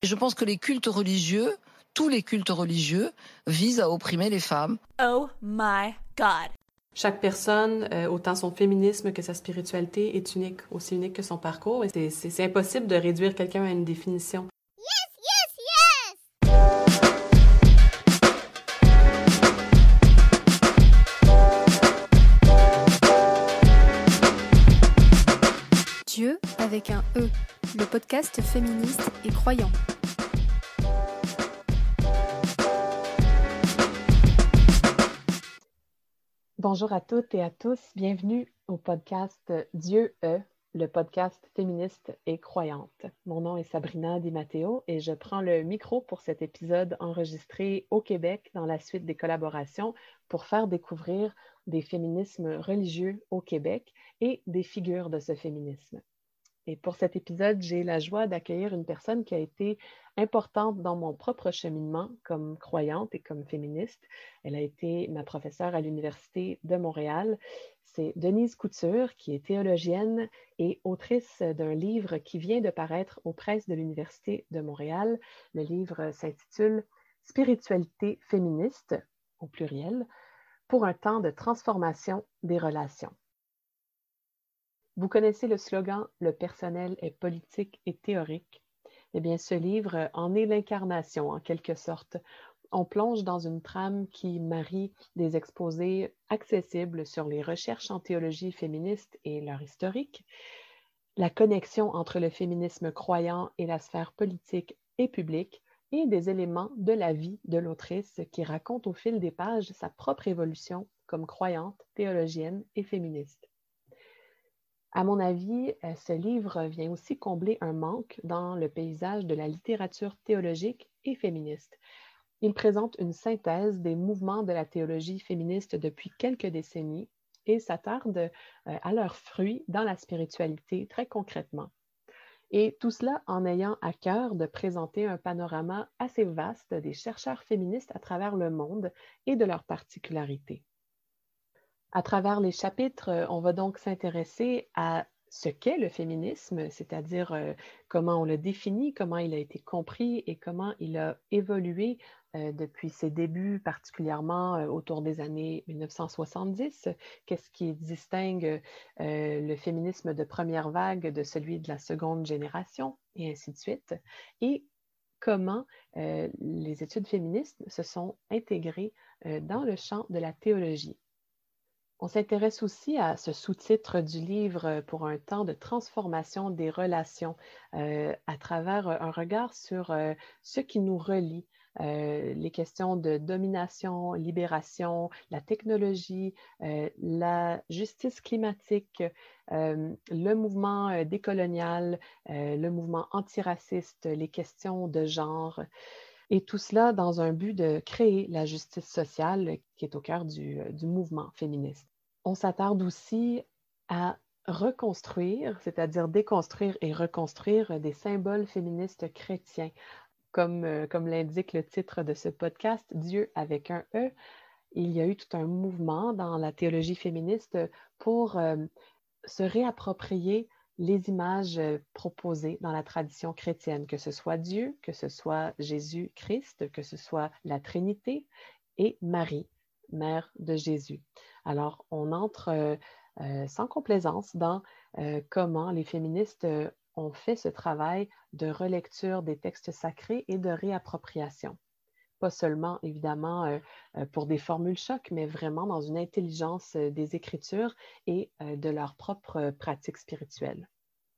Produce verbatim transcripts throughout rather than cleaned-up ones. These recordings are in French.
Je pense que les cultes religieux, tous les cultes religieux, visent à opprimer les femmes. Oh my God! Chaque personne, euh, autant son féminisme que sa spiritualité, est unique, aussi unique que son parcours. Et c'est, c'est, c'est impossible de réduire quelqu'un à une définition. Yes, yes, yes! Dieu avec un E, le podcast féministe et croyant. Bonjour à toutes et à tous, bienvenue au podcast Dieu E, le podcast féministe et croyante. Mon nom est Sabrina Di Matteo et je prends le micro pour cet épisode enregistré au Québec dans la suite des collaborations pour faire découvrir des féminismes religieux au Québec et des figures de ce féminisme. Et pour cet épisode, j'ai la joie d'accueillir une personne qui a été importante dans mon propre cheminement comme croyante et comme féministe. Elle a été ma professeure à l'Université de Montréal. C'est Denise Couture, qui est théologienne et autrice d'un livre qui vient de paraître aux presses de l'Université de Montréal. Le livre s'intitule « Spiritualité féministe » au pluriel, pour un temps de transformation des relations. Vous connaissez le slogan « Le personnel est politique et théorique ». Eh bien, ce livre en est l'incarnation, en quelque sorte. On plonge dans une trame qui marie des exposés accessibles sur les recherches en théologie féministe et leur historique, la connexion entre le féminisme croyant et la sphère politique et publique, et des éléments de la vie de l'autrice qui raconte au fil des pages sa propre évolution comme croyante, théologienne et féministe. À mon avis, ce livre vient aussi combler un manque dans le paysage de la littérature théologique et féministe. Il présente une synthèse des mouvements de la théologie féministe depuis quelques décennies et s'attarde à leurs fruits dans la spiritualité très concrètement. Et tout cela en ayant à cœur de présenter un panorama assez vaste des chercheurs féministes à travers le monde et de leurs particularités. À travers les chapitres, on va donc s'intéresser à ce qu'est le féminisme, c'est-à-dire euh, comment on le définit, comment il a été compris et comment il a évolué euh, depuis ses débuts, particulièrement euh, autour des années mille neuf cent soixante-dix. Qu'est-ce qui distingue euh, le féminisme de première vague de celui de la seconde génération, et ainsi de suite. Et comment euh, les études féministes se sont intégrées euh, dans le champ de la théologie. On s'intéresse aussi à ce sous-titre du livre pour un temps de transformation des relations euh, à travers un regard sur euh, ce qui nous relie, euh, les questions de domination, libération, la technologie, euh, la justice climatique, euh, le mouvement décolonial, euh, le mouvement antiraciste, les questions de genre. Et tout cela dans un but de créer la justice sociale qui est au cœur du, du mouvement féministe. On s'attarde aussi à reconstruire, c'est-à-dire déconstruire et reconstruire des symboles féministes chrétiens. Comme, euh, comme l'indique le titre de ce podcast, Dieu avec un E, il y a eu tout un mouvement dans la théologie féministe pour euh, se réapproprier les images proposées dans la tradition chrétienne, que ce soit Dieu, que ce soit Jésus-Christ, que ce soit la Trinité et Marie, mère de Jésus. Alors, on entre euh, euh, sans complaisance dans euh, comment les féministes euh, ont fait ce travail de relecture des textes sacrés et de réappropriation. Pas seulement, évidemment, euh, euh, pour des formules chocs, mais vraiment dans une intelligence euh, des Écritures et euh, de leur propre euh, pratique spirituelle.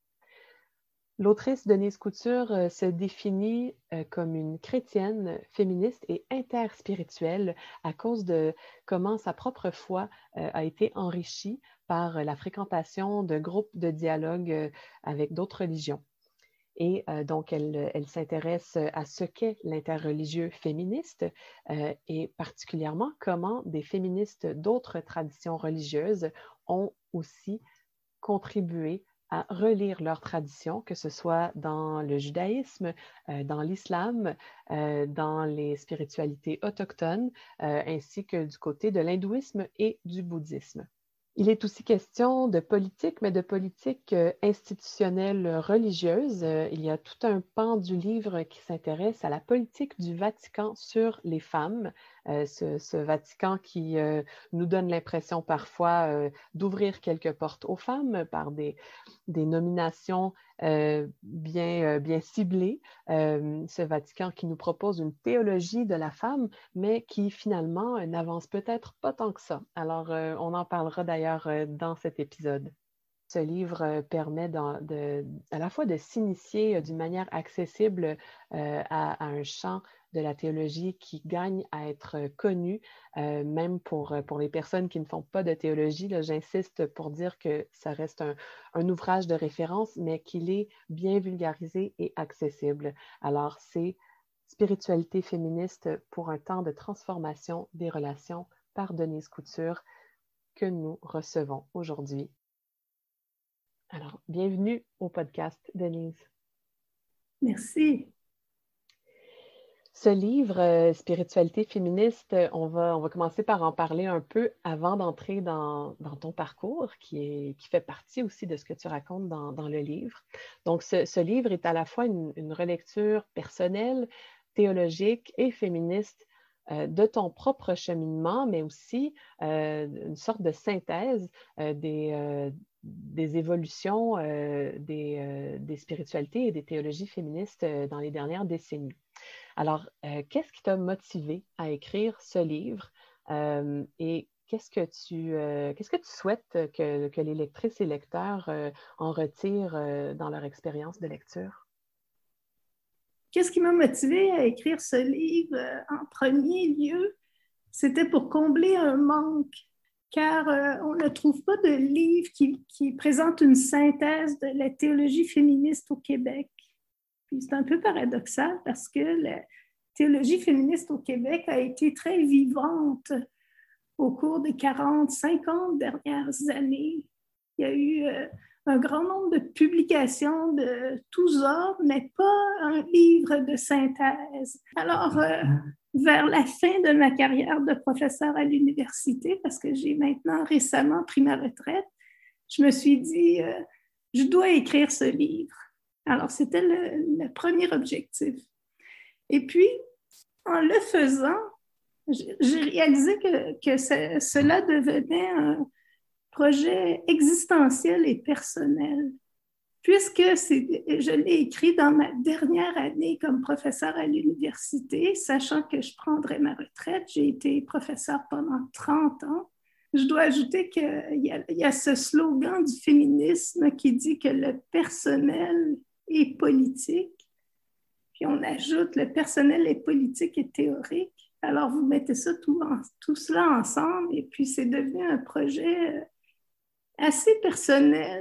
L'autrice Denise Couture euh, se définit euh, comme une chrétienne féministe et interspirituelle à cause de comment sa propre foi euh, a été enrichie par la fréquentation de groupes de dialogue euh, avec d'autres religions. Et euh, donc, elle, elle s'intéresse à ce qu'est l'interreligieux féministe euh, et particulièrement comment des féministes d'autres traditions religieuses ont aussi contribué à relire leurs traditions, que ce soit dans le judaïsme, euh, dans l'islam, euh, dans les spiritualités autochtones, euh, ainsi que du côté de l'hindouisme et du bouddhisme. Il est aussi question de politique, mais de politique euh, institutionnelle religieuse. Euh, il y a tout un pan du livre qui s'intéresse à la politique du Vatican sur les femmes. Euh, ce, ce Vatican qui euh, nous donne l'impression parfois euh, d'ouvrir quelques portes aux femmes par des, des nominations euh, bien, euh, bien ciblées. Euh, ce Vatican qui nous propose une théologie de la femme, mais qui finalement euh, n'avance peut-être pas tant que ça. Alors, euh, on en parlera d'ailleurs euh, dans cet épisode. Ce livre euh, permet de, de, à la fois de s'initier euh, d'une manière accessible euh, à, à un champ de la théologie qui gagne à être connu, euh, même pour, pour les personnes qui ne font pas de théologie. Là, j'insiste pour dire que ça reste un, un ouvrage de référence, mais qu'il est bien vulgarisé et accessible. Alors, c'est Spiritualité féministe pour un temps de transformation des relations par Denise Couture que nous recevons aujourd'hui. Alors, bienvenue au podcast, Denise. Merci. Ce livre, euh, Spiritualité féministe, on va, on va commencer par en parler un peu avant d'entrer dans, dans ton parcours, qui, est, qui fait partie aussi de ce que tu racontes dans, dans le livre. Donc, ce, ce livre est à la fois une, une relecture personnelle, théologique et féministe euh, de ton propre cheminement, mais aussi euh, une sorte de synthèse euh, des, euh, des évolutions euh, des, euh, des spiritualités et des théologies féministes euh, dans les dernières décennies. Alors, euh, qu'est-ce qui t'a motivé à écrire ce livre euh, et qu'est-ce que tu, euh, qu'est-ce que tu souhaites que, que les lectrices et lecteurs euh, en retirent euh, dans leur expérience de lecture? Qu'est-ce qui m'a motivée à écrire ce livre euh, en premier lieu? C'était pour combler un manque, car euh, on ne trouve pas de livre qui, qui présente une synthèse de la théologie féministe au Québec. Puis c'est un peu paradoxal parce que la théologie féministe au Québec a été très vivante au cours des quarante, cinquante dernières années. Il y a eu euh, un grand nombre de publications de tous ordres, mais pas un livre de synthèse. Alors, euh, vers la fin de ma carrière de professeur à l'université, parce que j'ai maintenant récemment pris ma retraite, je me suis dit, euh, je dois écrire ce livre. Alors, c'était le, le premier objectif. Et puis, en le faisant, j'ai réalisé que, que ce, cela devenait un projet existentiel et personnel, puisque c'est, je l'ai écrit dans ma dernière année comme professeur à l'université, sachant que je prendrais ma retraite. J'ai été professeur pendant trente ans. Je dois ajouter qu'il y a, il y a ce slogan du féminisme qui dit que le personnel et politique. Puis on ajoute le personnel et politique et théorique. Alors vous mettez ça tout, en, tout cela ensemble et puis c'est devenu un projet assez personnel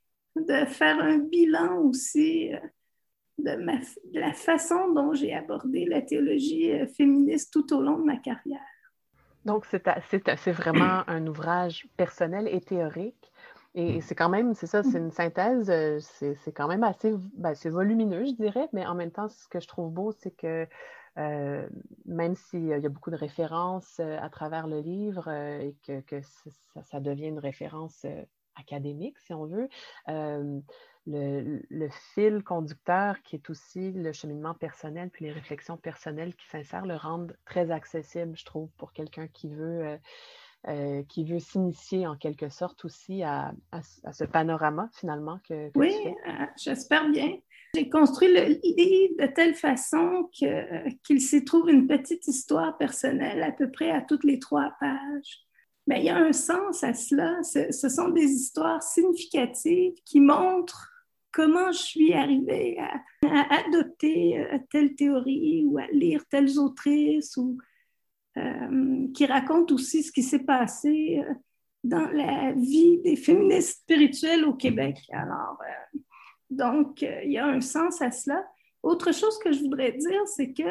de faire un bilan aussi de, ma, de la façon dont j'ai abordé la théologie féministe tout au long de ma carrière. Donc c'est, c'est, c'est vraiment un ouvrage personnel et théorique. Et c'est quand même, c'est ça, c'est une synthèse, c'est, c'est quand même assez, ben, c'est volumineux, je dirais, mais en même temps, ce que je trouve beau, c'est que euh, même s'il y a beaucoup de références euh, à travers le livre euh, et que, que ça, ça devient une référence euh, académique, si on veut, euh, le, le fil conducteur qui est aussi le cheminement personnel puis les réflexions personnelles qui s'insèrent le rendent très accessible, je trouve, pour quelqu'un qui veut... Euh, Euh, qui veut s'initier en quelque sorte aussi à, à, à ce panorama finalement que, que oui, tu fais. Euh, j'espère bien. J'ai construit le livre de telle façon que, euh, qu'il s'y trouve une petite histoire personnelle à peu près à toutes les trois pages. Mais il y a un sens à cela. Ce, ce sont des histoires significatives qui montrent comment je suis arrivée à, à adopter euh, telle théorie ou à lire telles autrices ou Euh, qui raconte aussi ce qui s'est passé euh, dans la vie des féministes spirituelles au Québec. Alors, euh, donc, euh, il y a un sens à cela. Autre chose que je voudrais dire, c'est que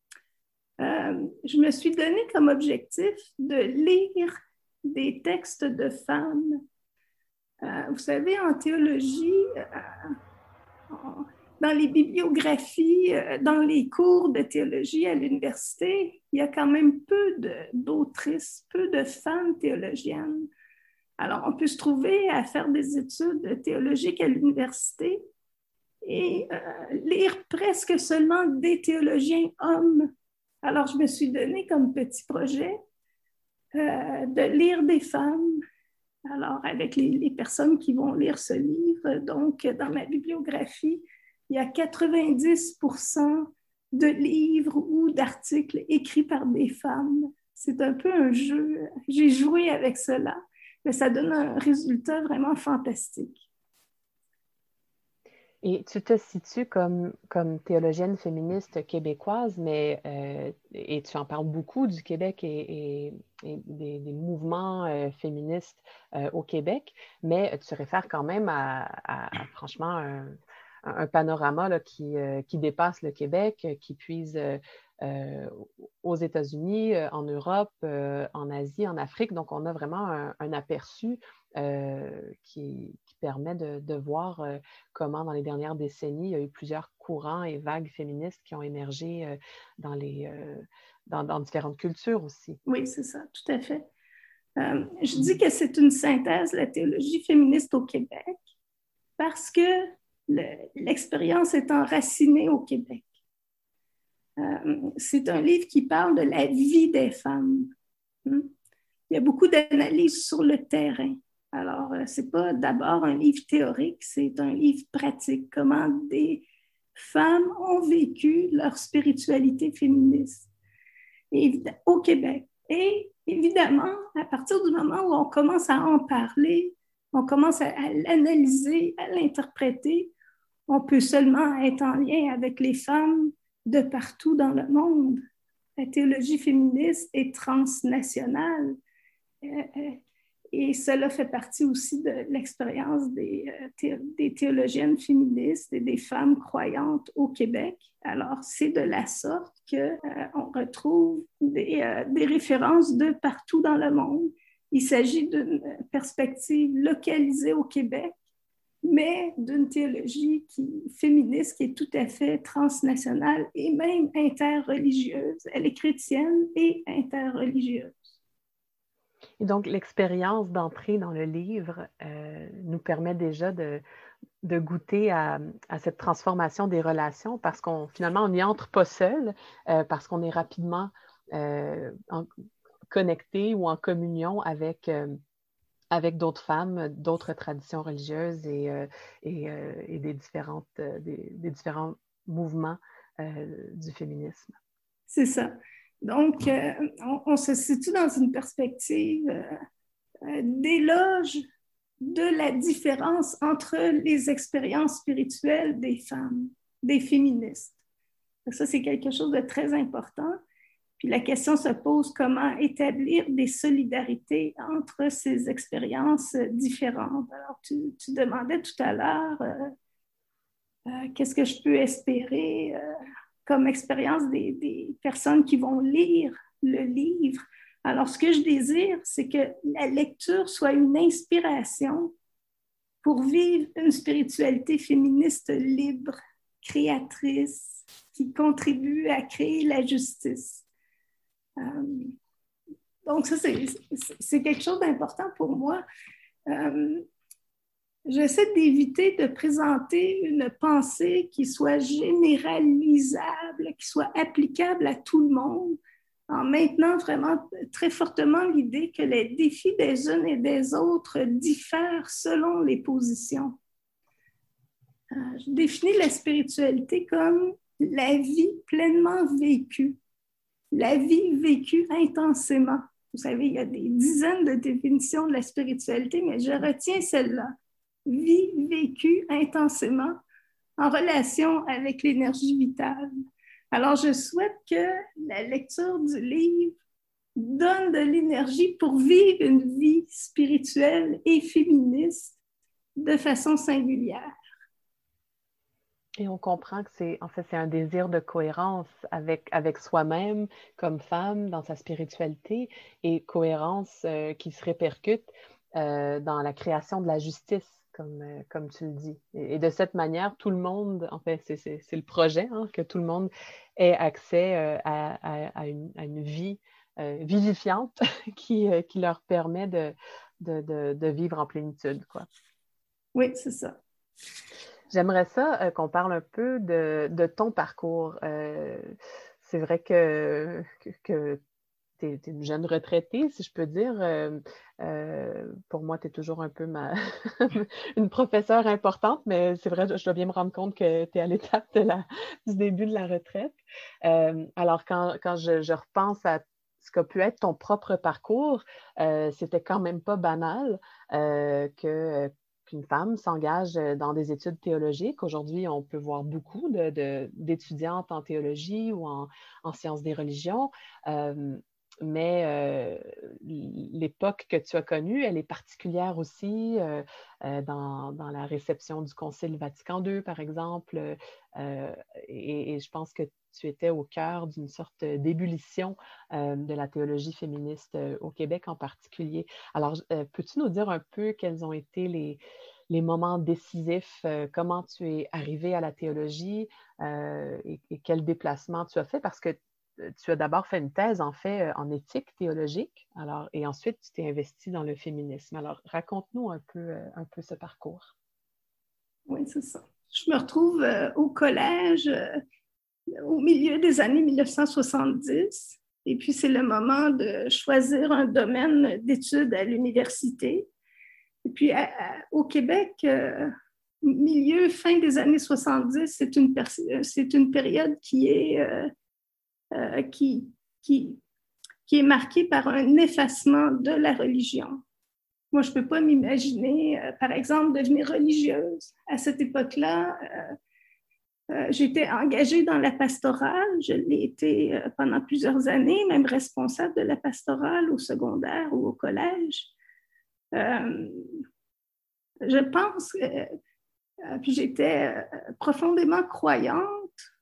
euh, je me suis donné comme objectif de lire des textes de femmes. Euh, vous savez, en théologie, euh, on, dans les bibliographies, dans les cours de théologie à l'université, il y a quand même peu de, d'autrices, peu de femmes théologiennes. Alors, on peut se trouver à faire des études théologiques à l'université et euh, lire presque seulement des théologiens hommes. Alors, je me suis donné comme petit projet euh, de lire des femmes. Alors, avec les, les personnes qui vont lire ce livre, donc dans ma bibliographie, il y a quatre-vingt-dix pour cent de livres ou d'articles écrits par des femmes. C'est un peu un jeu. J'ai joué avec cela, mais ça donne un résultat vraiment fantastique. Et tu te situes comme, comme théologienne féministe québécoise, mais euh, et tu en parles beaucoup du Québec et, et, et des, des mouvements euh, féministes euh, au Québec, mais tu réfères quand même à, à, à franchement un, un panorama là, qui, euh, qui dépasse le Québec, qui puise euh, euh, aux États-Unis, euh, en Europe, euh, en Asie, en Afrique. Donc, on a vraiment un, un aperçu euh, qui, qui permet de, de voir euh, comment, dans les dernières décennies, il y a eu plusieurs courants et vagues féministes qui ont émergé euh, dans, les, euh, dans, dans différentes cultures aussi. Oui, c'est ça, tout à fait. Euh, je dis que c'est une synthèse, la théologie féministe au Québec, parce que le, l'expérience est enracinée au Québec. Euh, c'est un livre qui parle de la vie des femmes. Hmm? Il y a beaucoup d'analyses sur le terrain. Alors, euh, ce n'est pas d'abord un livre théorique, c'est un livre pratique. Comment des femmes ont vécu leur spiritualité féministe et, au Québec. Et évidemment, à partir du moment où on commence à en parler, on commence à, à l'analyser, à l'interpréter, on peut seulement être en lien avec les femmes de partout dans le monde. La théologie féministe est transnationale. Euh, euh, et cela fait partie aussi de l'expérience des, euh, thé- des théologiennes féministes et des femmes croyantes au Québec. Alors, c'est de la sorte qu'on euh, retrouve des, euh, des références de partout dans le monde. Il s'agit d'une perspective localisée au Québec, mais d'une théologie qui, féministe qui est tout à fait transnationale et même interreligieuse. Elle est chrétienne et interreligieuse. Et donc, l'expérience d'entrer dans le livre euh, nous permet déjà de, de goûter à, à cette transformation des relations parce qu'on finalement, on n'y entre pas seul, euh, parce qu'on est rapidement euh, en, connecté ou en communion avec... Euh, avec d'autres femmes, d'autres traditions religieuses et, euh, et, euh, et des, différentes, euh, des, des différents mouvements euh, du féminisme. C'est ça. Donc, euh, on, on se situe dans une perspective euh, d'éloge de la différence entre les expériences spirituelles des femmes, des féministes. Ça, c'est quelque chose de très important. Puis la question se pose comment établir des solidarités entre ces expériences différentes. Alors, tu, tu demandais tout à l'heure euh, euh, qu'est-ce que je peux espérer euh, comme expérience des, des personnes qui vont lire le livre. Alors, ce que je désire, c'est que la lecture soit une inspiration pour vivre une spiritualité féministe libre, créatrice, qui contribue à créer la justice. Euh, donc, ça, c'est, c'est quelque chose d'important pour moi. Euh, j'essaie d'éviter de présenter une pensée qui soit généralisable, qui soit applicable à tout le monde, en maintenant vraiment très fortement l'idée que les défis des unes et des autres diffèrent selon les positions. Euh, je définis la spiritualité comme la vie pleinement vécue. La vie vécue intensément. Vous savez, il y a des dizaines de définitions de la spiritualité, mais je retiens celle-là. Vie vécue intensément en relation avec l'énergie vitale. Alors, je souhaite que la lecture du livre donne de l'énergie pour vivre une vie spirituelle et féministe de façon singulière. Et on comprend que c'est, en fait, c'est un désir de cohérence avec, avec soi-même comme femme dans sa spiritualité et cohérence euh, qui se répercute euh, dans la création de la justice, comme, euh, comme tu le dis. Et, et de cette manière, tout le monde, en fait, c'est, c'est, c'est le projet, hein, que tout le monde ait accès euh, à, à, à, une, à une vie euh, vivifiante qui, euh, qui leur permet de, de, de, de vivre en plénitude, quoi. Oui, c'est ça. J'aimerais ça euh, qu'on parle un peu de, de ton parcours. Euh, c'est vrai que, que, que tu es une jeune retraitée, si je peux dire. Euh, euh, pour moi, tu es toujours un peu ma une professeure importante, mais c'est vrai, je dois bien me rendre compte que tu es à l'étape de la, du début de la retraite. Euh, alors, quand, quand je, je repense à ce qu'a pu être ton propre parcours, euh, c'était quand même pas banal euh, que qu'une femme s'engage dans des études théologiques. Aujourd'hui, on peut voir beaucoup de, de, d'étudiantes en théologie ou en, en sciences des religions. Euh, mais euh, l'époque que tu as connue, elle est particulière aussi euh, euh, dans, dans la réception du Concile Vatican deux, par exemple. Euh, et, et je pense que tu étais au cœur d'une sorte d'ébullition euh, de la théologie féministe euh, au Québec en particulier. Alors, euh, peux-tu nous dire un peu quels ont été les, les moments décisifs, euh, comment tu es arrivée à la théologie euh, et, et quel déplacement tu as fait? Parce que tu as d'abord fait une thèse, en fait, en éthique théologique, alors, et ensuite, tu t'es investie dans le féminisme. Alors, raconte-nous un peu, un peu ce parcours. Oui, c'est ça. Je me retrouve euh, au collège euh, au milieu des années mille neuf cent soixante-dix, et puis c'est le moment de choisir un domaine d'études à l'université. Et puis, à, à, au Québec, euh, milieu, fin des années soixante-dix, c'est une, c'est une période qui est... Euh, Euh, qui, qui, qui est marquée par un effacement de la religion. Moi, je ne peux pas m'imaginer, euh, par exemple, devenir religieuse. À cette époque-là, euh, euh, j'étais engagée dans la pastorale. Je l'ai été euh, pendant plusieurs années, même responsable de la pastorale au secondaire ou au collège. Euh, je pense que euh, puis j'étais euh, profondément croyante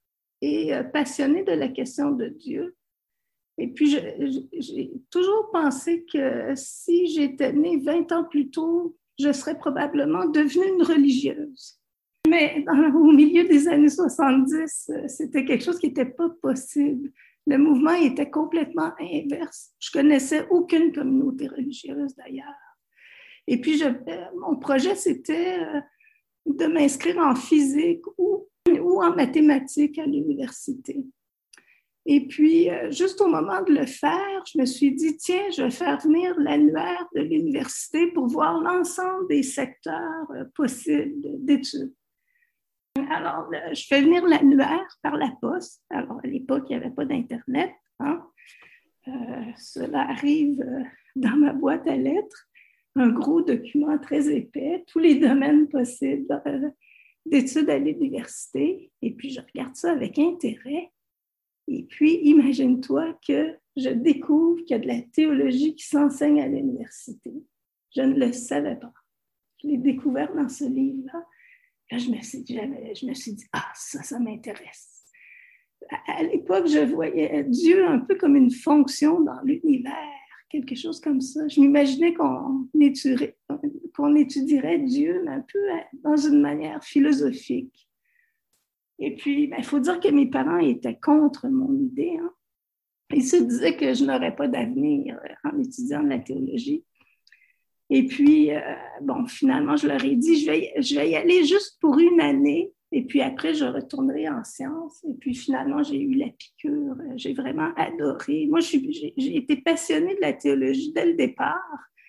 et passionnée de la question de Dieu. Et puis, je, je, j'ai toujours pensé que si j'étais née vingt ans plus tôt, je serais probablement devenue une religieuse. Mais dans, au milieu des années soixante-dix, c'était quelque chose qui n'était pas possible. Le mouvement était complètement inverse. Je connaissais aucune communauté religieuse, d'ailleurs. Et puis, je, mon projet, c'était de m'inscrire en physique ou ou en mathématiques à l'université. Et puis, euh, juste au moment de le faire, je me suis dit, tiens, je vais faire venir l'annuaire de l'université pour voir l'ensemble des secteurs euh, possibles d'études. Alors, euh, je fais venir l'annuaire par la poste. Alors, à l'époque, il n'y avait pas d'Internet. Hein? Euh, cela arrive euh, dans ma boîte à lettres, un gros document très épais, tous les domaines possibles euh, d'études à l'université, et puis je regarde ça avec intérêt. Et puis, imagine-toi que je découvre qu'il y a de la théologie qui s'enseigne à l'université. Je ne le savais pas. Je l'ai découvert dans ce livre-là. Là, je me suis dit, je me suis dit ah, ça, ça m'intéresse. À, à l'époque, je voyais Dieu un peu comme une fonction dans l'univers, quelque chose comme ça. Je m'imaginais qu'on étudierait, qu'on étudierait Dieu un peu dans une manière philosophique. Et puis, il faut dire que mes parents étaient contre mon idée. Hein. Ils se disaient que je n'aurais pas d'avenir en étudiant la théologie. Et puis, euh, bon, finalement, je leur ai dit, je vais, je vais y aller juste pour une année. Et puis après, je retournerai en sciences. Et puis finalement, j'ai eu la piqûre. J'ai vraiment adoré. Moi, je suis, j'ai, j'ai été passionnée de la théologie dès le départ.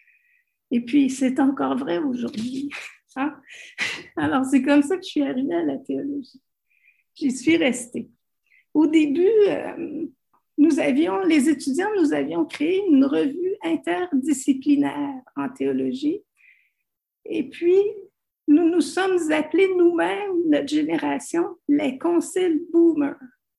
Et puis, c'est encore vrai aujourd'hui. Hein? Alors, c'est comme ça que je suis arrivée à la théologie. J'y suis restée. Au début, euh, nous avions, les étudiants, nous avions créé une revue interdisciplinaire en théologie. Et puis, nous nous sommes appelés nous-mêmes, notre génération, les conciles boomers.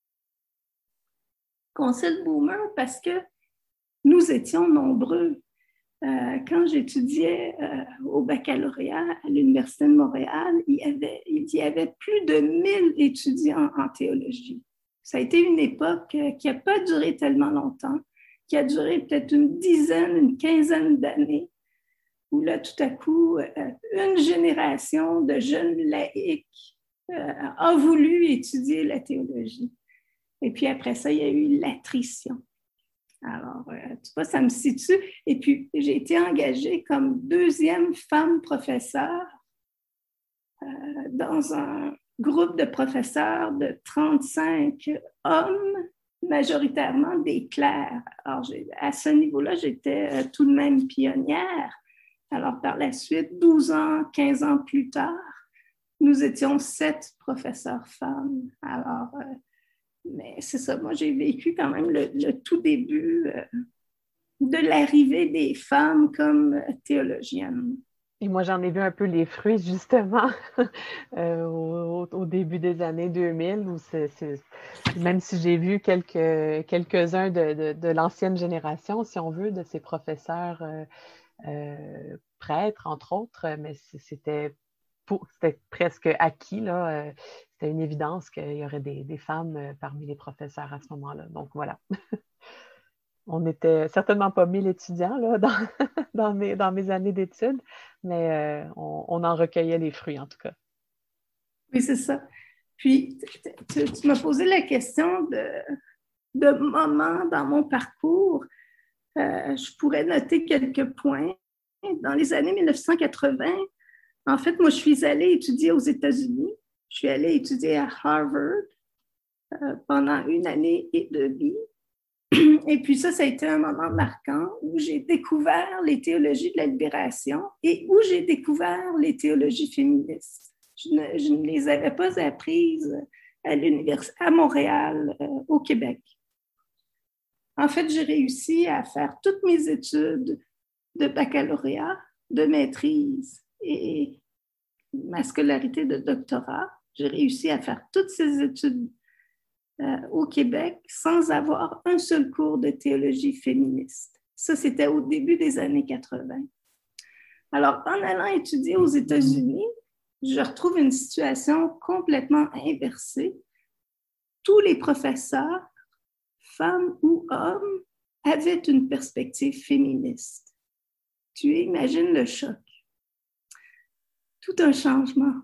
Conciles boomers parce que nous étions nombreux. Euh, quand j'étudiais euh, au baccalauréat à l'Université de Montréal, il y avait, il y avait plus de mille étudiants en théologie. Ça a été une époque euh, qui n'a pas duré tellement longtemps, qui a duré peut-être une dizaine, une quinzaine d'années, où là, tout à coup, euh, une génération de jeunes laïcs euh, a voulu étudier la théologie. Et puis après ça, il y a eu l'attrition. Alors, euh, tu vois, ça me situe. Et puis, j'ai été engagée comme deuxième femme professeure euh, dans un groupe de professeurs de trente-cinq hommes, majoritairement des clercs. Alors, j'ai, à ce niveau-là, j'étais euh, tout de même pionnière. Alors, par la suite, douze ans, quinze ans plus tard, nous étions sept professeurs femmes. Alors, euh, mais c'est ça, moi, j'ai vécu quand même le, le tout début euh, de l'arrivée des femmes comme euh, théologiennes. Et moi, j'en ai vu un peu les fruits, justement, euh, au, au début des années deux mille, où c'est, c'est, même si j'ai vu quelques, quelques-uns de, de, de l'ancienne génération, si on veut, de ces professeurs euh, euh, prêtres, entre autres, mais c'était, pour, c'était presque acquis, là. Euh, c'était une évidence qu'il y aurait des, des femmes parmi les professeurs à ce moment-là. Donc, voilà. On n'était certainement pas mille étudiants là, dans, dans, mes, dans mes années d'études, mais euh, on, on en recueillait les fruits, en tout cas. Oui, c'est ça. Puis, tu, tu m'as posé la question de, de moments dans mon parcours. Euh, je pourrais noter quelques points. Dans les années mille neuf cent quatre-vingts, en fait, moi, je suis allée étudier aux États-Unis. Je suis allée étudier à Harvard euh, pendant une année et demie. Et puis ça, ça a été un moment marquant où j'ai découvert les théologies de la libération et où j'ai découvert les théologies féministes. Je ne, je ne les avais pas apprises à l'université, à Montréal, euh, au Québec. En fait, j'ai réussi à faire toutes mes études de baccalauréat, de maîtrise et ma scolarité de doctorat. J'ai réussi à faire toutes ces études Euh, au Québec sans avoir un seul cours de théologie féministe. Ça, c'était au début des années quatre-vingts. Alors, en allant étudier aux États-Unis, je retrouve une situation complètement inversée. Tous les professeurs, femmes ou hommes, avaient une perspective féministe. Tu imagines le choc. Tout un changement.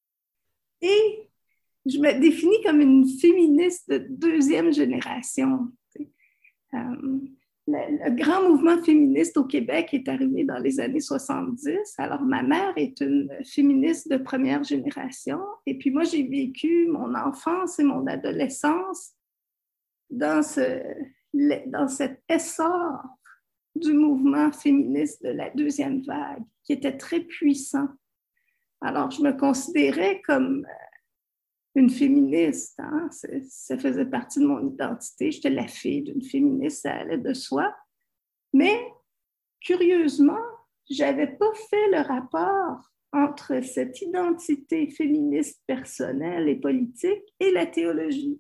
Et je me définis comme une féministe de deuxième génération. Euh, le, le grand mouvement féministe au Québec est arrivé dans les années soixante-dix. Alors, ma mère est une féministe de première génération. Et puis, moi, j'ai vécu mon enfance et mon adolescence dans, ce, dans cet essor du mouvement féministe de la deuxième vague, qui était très puissant. Alors, je me considérais comme une féministe, hein? Ça faisait partie de mon identité. J'étais la fille d'une féministe, ça allait de soi. Mais, curieusement, je n'avais pas fait le rapport entre cette identité féministe personnelle et politique et la théologie.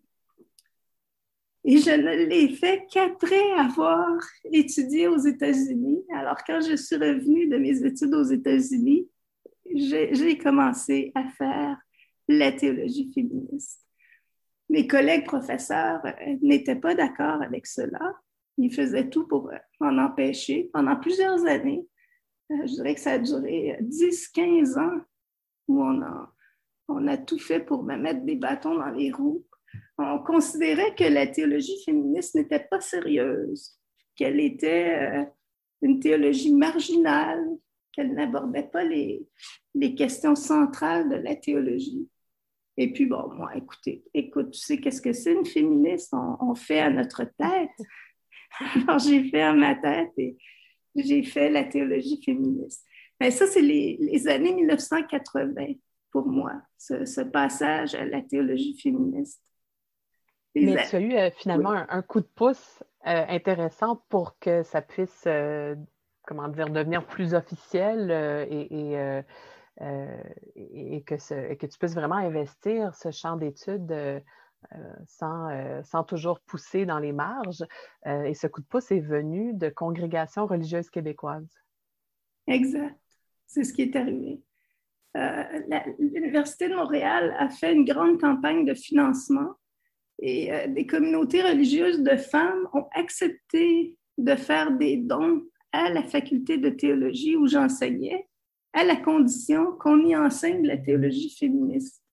Et je ne l'ai fait qu'après avoir étudié aux États-Unis. Alors, quand je suis revenue de mes études aux États-Unis, j'ai, j'ai commencé à faire la théologie féministe. Mes collègues professeurs euh, n'étaient pas d'accord avec cela. Ils faisaient tout pour euh, m'en empêcher pendant plusieurs années. Euh, je dirais que ça a duré dix à quinze ans où on a, on a tout fait pour me mettre des bâtons dans les roues. On considérait que la théologie féministe n'était pas sérieuse, qu'elle était euh, une théologie marginale, qu'elle n'abordait pas les, les questions centrales de la théologie. Et puis, bon, moi, écoutez, écoute, tu sais qu'est-ce que c'est une féministe? On, on fait à notre tête. Alors, j'ai fait à ma tête et j'ai fait la théologie féministe. Mais ça, c'est les, les années mille neuf cent quatre-vingts pour moi, ce, ce passage à la théologie féministe. Les Mais a... tu as eu euh, finalement oui. un, un coup de pouce euh, intéressant pour que ça puisse, euh, comment dire, devenir plus officiel euh, et, et euh, Euh, et, et, que ce, et que tu puisses vraiment investir ce champ d'études euh, euh, sans, euh, sans toujours pousser dans les marges. Euh, et ce coup de pouce est venu de congrégations religieuses québécoises. Exact. C'est ce qui est arrivé. Euh, la, l'Université de Montréal a fait une grande campagne de financement et euh, des communautés religieuses de femmes ont accepté de faire des dons à la faculté de théologie où j'enseignais, à la condition qu'on y enseigne la théologie féministe.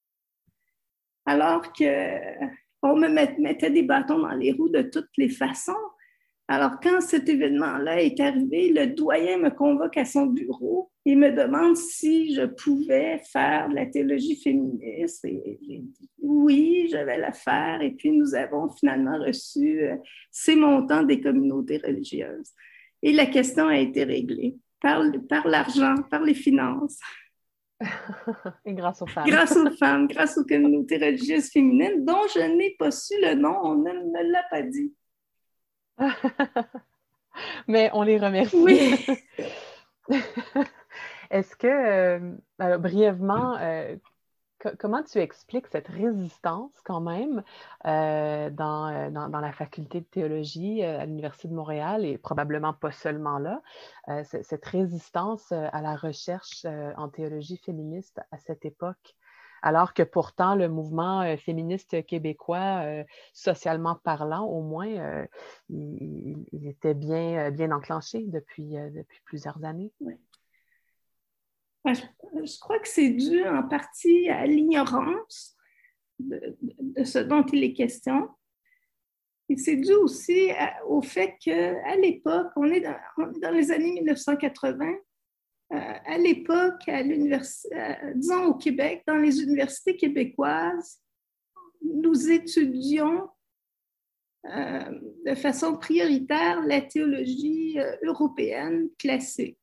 Alors qu'on me mettait des bâtons dans les roues de toutes les façons, Alors, quand cet événement-là est arrivé, le doyen me convoque à son bureau et me demande si je pouvais faire de la théologie féministe. Et j'ai dit oui, je vais la faire. Et puis, nous avons finalement reçu euh, ces montants des communautés religieuses. Et la question a été réglée par, par l'argent, par les finances. Et grâce aux femmes. Grâce aux femmes, grâce aux communautés religieuses féminines, dont je n'ai pas su le nom, on ne me l'a pas dit. Mais on les remercie. Oui. Est-ce que, euh, alors, brièvement, euh, co- comment tu expliques cette résistance quand même euh, dans, dans, dans la faculté de théologie euh, à l'Université de Montréal et probablement pas seulement là, euh, c- cette résistance euh, à la recherche euh, en théologie féministe à cette époque? Alors que pourtant, le mouvement euh, féministe québécois, euh, socialement parlant, au moins, euh, il, il était bien, euh, bien enclenché depuis, euh, depuis plusieurs années. Oui. Je, je crois que c'est dû en partie à l'ignorance de, de, de ce dont il est question. Et c'est dû aussi à, au fait qu'à l'époque, on est, dans, on est dans les années mille neuf cent quatre-vingts, Euh, à l'époque, à l'université, euh, disons au Québec, dans les universités québécoises, nous étudions euh, de façon prioritaire la théologie euh, européenne classique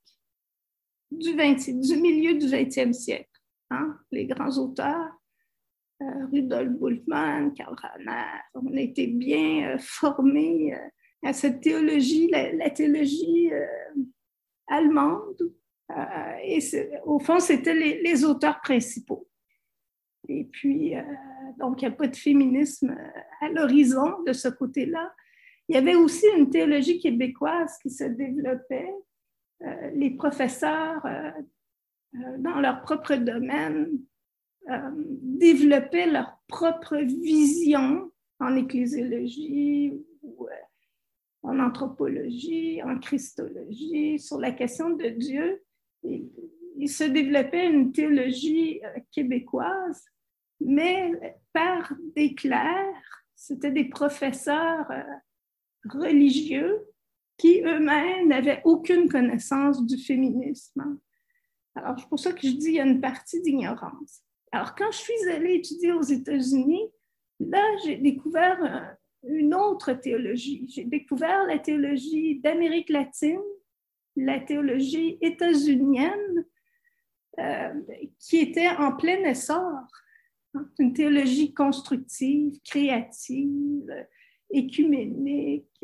du, vingtième, du milieu du vingtième siècle. Hein? Les grands auteurs, euh, Rudolf Bultmann, Karl Rahner, on a été bien euh, formés euh, à cette théologie, la, la théologie euh, allemande. Euh, et au fond, c'était les, les auteurs principaux. Et puis, euh, donc, il n'y a pas de féminisme à l'horizon de ce côté-là. Il y avait aussi une théologie québécoise qui se développait. Euh, les professeurs, euh, euh, dans leur propre domaine, euh, développaient leur propre vision en ecclésiologie ou euh, en anthropologie, en christologie, sur la question de Dieu. Il, il se développait une théologie euh, québécoise, mais par des clercs, c'était des professeurs euh, religieux qui eux-mêmes n'avaient aucune connaissance du féminisme. Alors, c'est pour ça que je dis qu'il y a une partie d'ignorance. Alors, quand je suis allée étudier aux États-Unis, là, j'ai découvert euh, une autre théologie. J'ai découvert la théologie d'Amérique latine, la théologie états-unienne, euh, qui était en plein essor. Une théologie constructive, créative, écuménique.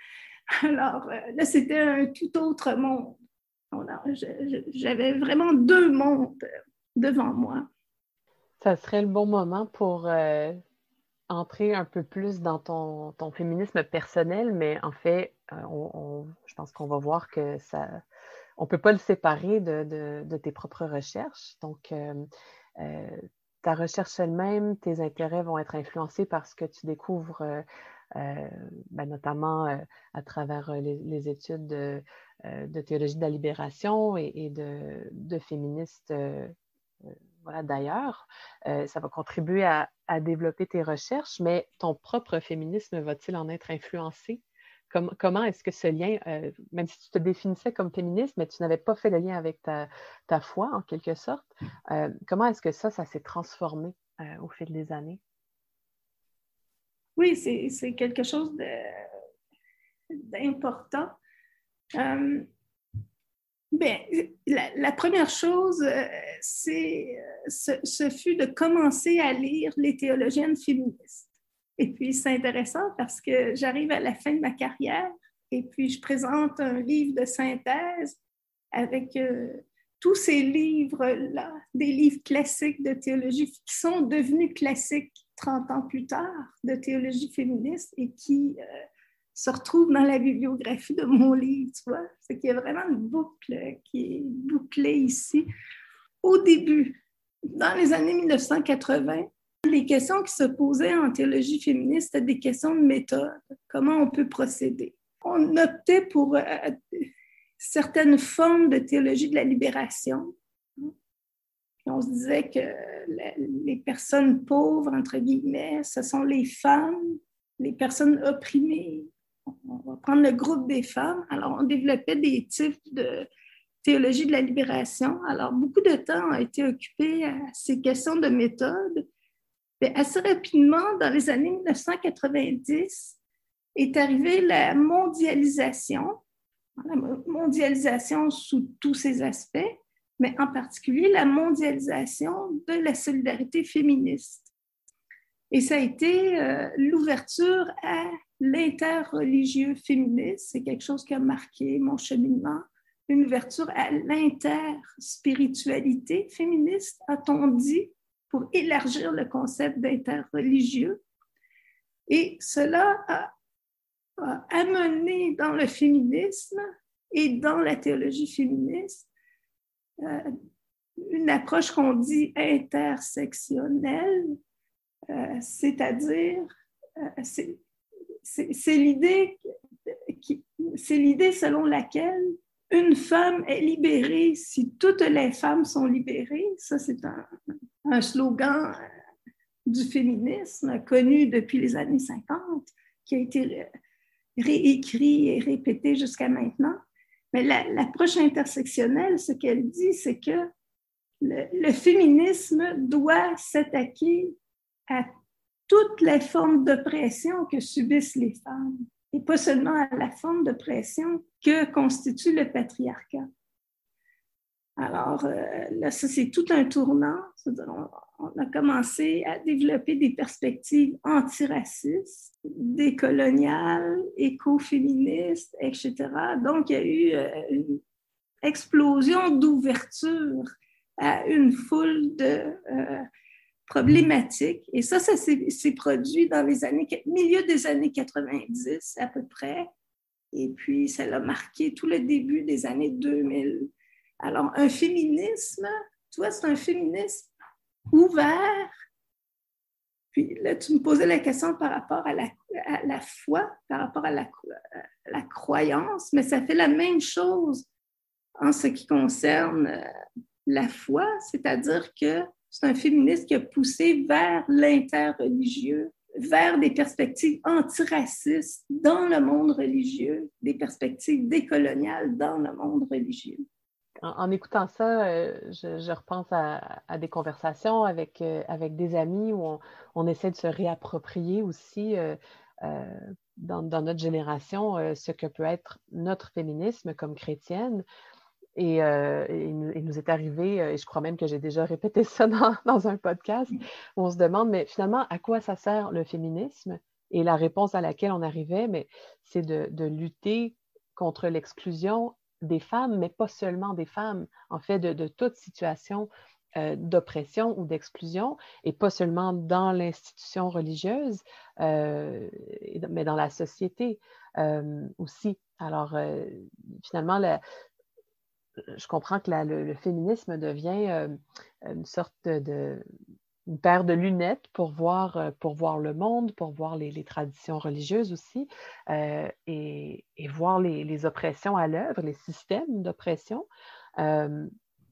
Alors, là, c'était un tout autre monde. Alors, j'avais vraiment deux mondes devant moi. Ça serait le bon moment pour euh, entrer un peu plus dans ton, ton féminisme personnel, mais en fait, on, on, je pense qu'on va voir que ça, on ne peut pas le séparer de, de, de tes propres recherches. Donc, euh, euh, ta recherche elle-même, tes intérêts vont être influencés par ce que tu découvres, euh, euh, ben notamment euh, à travers les, les études de, euh, de théologie de la libération et, et de, de féministes euh, voilà, d'ailleurs. Euh, ça va contribuer à, à développer tes recherches, mais ton propre féminisme va-t-il en être influencé? Comme, comment est-ce que ce lien, euh, même si tu te définissais comme féministe, mais tu n'avais pas fait le lien avec ta, ta foi, en quelque sorte, euh, comment est-ce que ça, ça s'est transformé euh, au fil des années? Oui, c'est, c'est quelque chose de, d'important. Euh, bien, la, la première chose, euh, c'est, ce, ce fut de commencer à lire les théologiennes féministes. Et puis, c'est intéressant parce que j'arrive à la fin de ma carrière et puis je présente un livre de synthèse avec euh, tous ces livres-là, des livres classiques de théologie qui sont devenus classiques trente ans plus tard de théologie féministe et qui euh, se retrouvent dans la bibliographie de mon livre, tu vois. C'est qu'il y a vraiment une boucle qui est bouclée ici. Au début, dans les années mille neuf cent quatre-vingts, les questions qui se posaient en théologie féministe, c'était des questions de méthode. Comment on peut procéder? On optait pour euh, certaines formes de théologie de la libération. Et on se disait que les personnes pauvres, entre guillemets, ce sont les femmes, les personnes opprimées, on va prendre le groupe des femmes. Alors, on développait des types de théologie de la libération. Alors, beaucoup de temps a été occupé à ces questions de méthode. Mais assez rapidement, dans les années mille neuf cent quatre-vingt-dix, est arrivée la mondialisation. La mondialisation sous tous ses aspects, mais en particulier la mondialisation de la solidarité féministe. Et ça a été euh, l'ouverture à l'interreligieux féministe. C'est quelque chose qui a marqué mon cheminement. Une ouverture à l'interspiritualité féministe, a-t-on dit, pour élargir le concept d'interreligieux. Et cela a, a amené dans le féminisme et dans la théologie féministe euh, une approche qu'on dit intersectionnelle, euh, c'est-à-dire, euh, c'est, c'est, c'est l'idée qui, c'est l'idée selon laquelle une femme est libérée si toutes les femmes sont libérées. Ça, c'est un, un slogan du féminisme connu depuis les années cinquante, qui a été réécrit et répété jusqu'à maintenant. Mais la, l'approche intersectionnelle, ce qu'elle dit, c'est que le, le féminisme doit s'attaquer à toutes les formes d'oppression que subissent les femmes, et pas seulement à la forme d'oppression que constitue le patriarcat. Alors, euh, là, ça, c'est tout un tournant. C'est-à-dire, on, on a commencé à développer des perspectives antiracistes, décoloniales, écoféministes, et cetera. Donc, il y a eu euh, une explosion d'ouverture à une foule de euh, problématiques. Et ça, ça s'est, s'est produit dans les années, milieu des années quatre-vingt-dix à peu près. Et puis, ça l'a marqué tout le début des années deux mille. Alors, un féminisme, tu vois, c'est un féminisme ouvert. Puis là, tu me posais la question par rapport à la, à la foi, par rapport à la, à la croyance, mais ça fait la même chose en ce qui concerne la foi, c'est-à-dire que c'est un féminisme qui a poussé vers l'interreligieux, vers des perspectives antiracistes dans le monde religieux, des perspectives décoloniales dans le monde religieux. En, en écoutant ça, euh, je, je repense à, à des conversations avec, euh, avec des amis où on, on essaie de se réapproprier aussi euh, euh, dans, dans notre génération euh, ce que peut être notre féminisme comme chrétienne. Et, euh, et il, nous, il nous est arrivé, et je crois même que j'ai déjà répété ça dans, dans un podcast, où on se demande, mais finalement, à quoi ça sert le féminisme? Et la réponse à laquelle on arrivait, mais c'est de, de lutter contre l'exclusion des femmes, mais pas seulement des femmes, en fait, de, de toute situation euh, d'oppression ou d'exclusion, et pas seulement dans l'institution religieuse, euh, mais dans la société euh, aussi. Alors, euh, finalement, la je comprends que la, le, le féminisme devient euh, une sorte de, de une paire de lunettes pour voir, euh, pour voir le monde, pour voir les, les traditions religieuses aussi, euh, et, et voir les, les oppressions à l'œuvre, les systèmes d'oppression. Euh,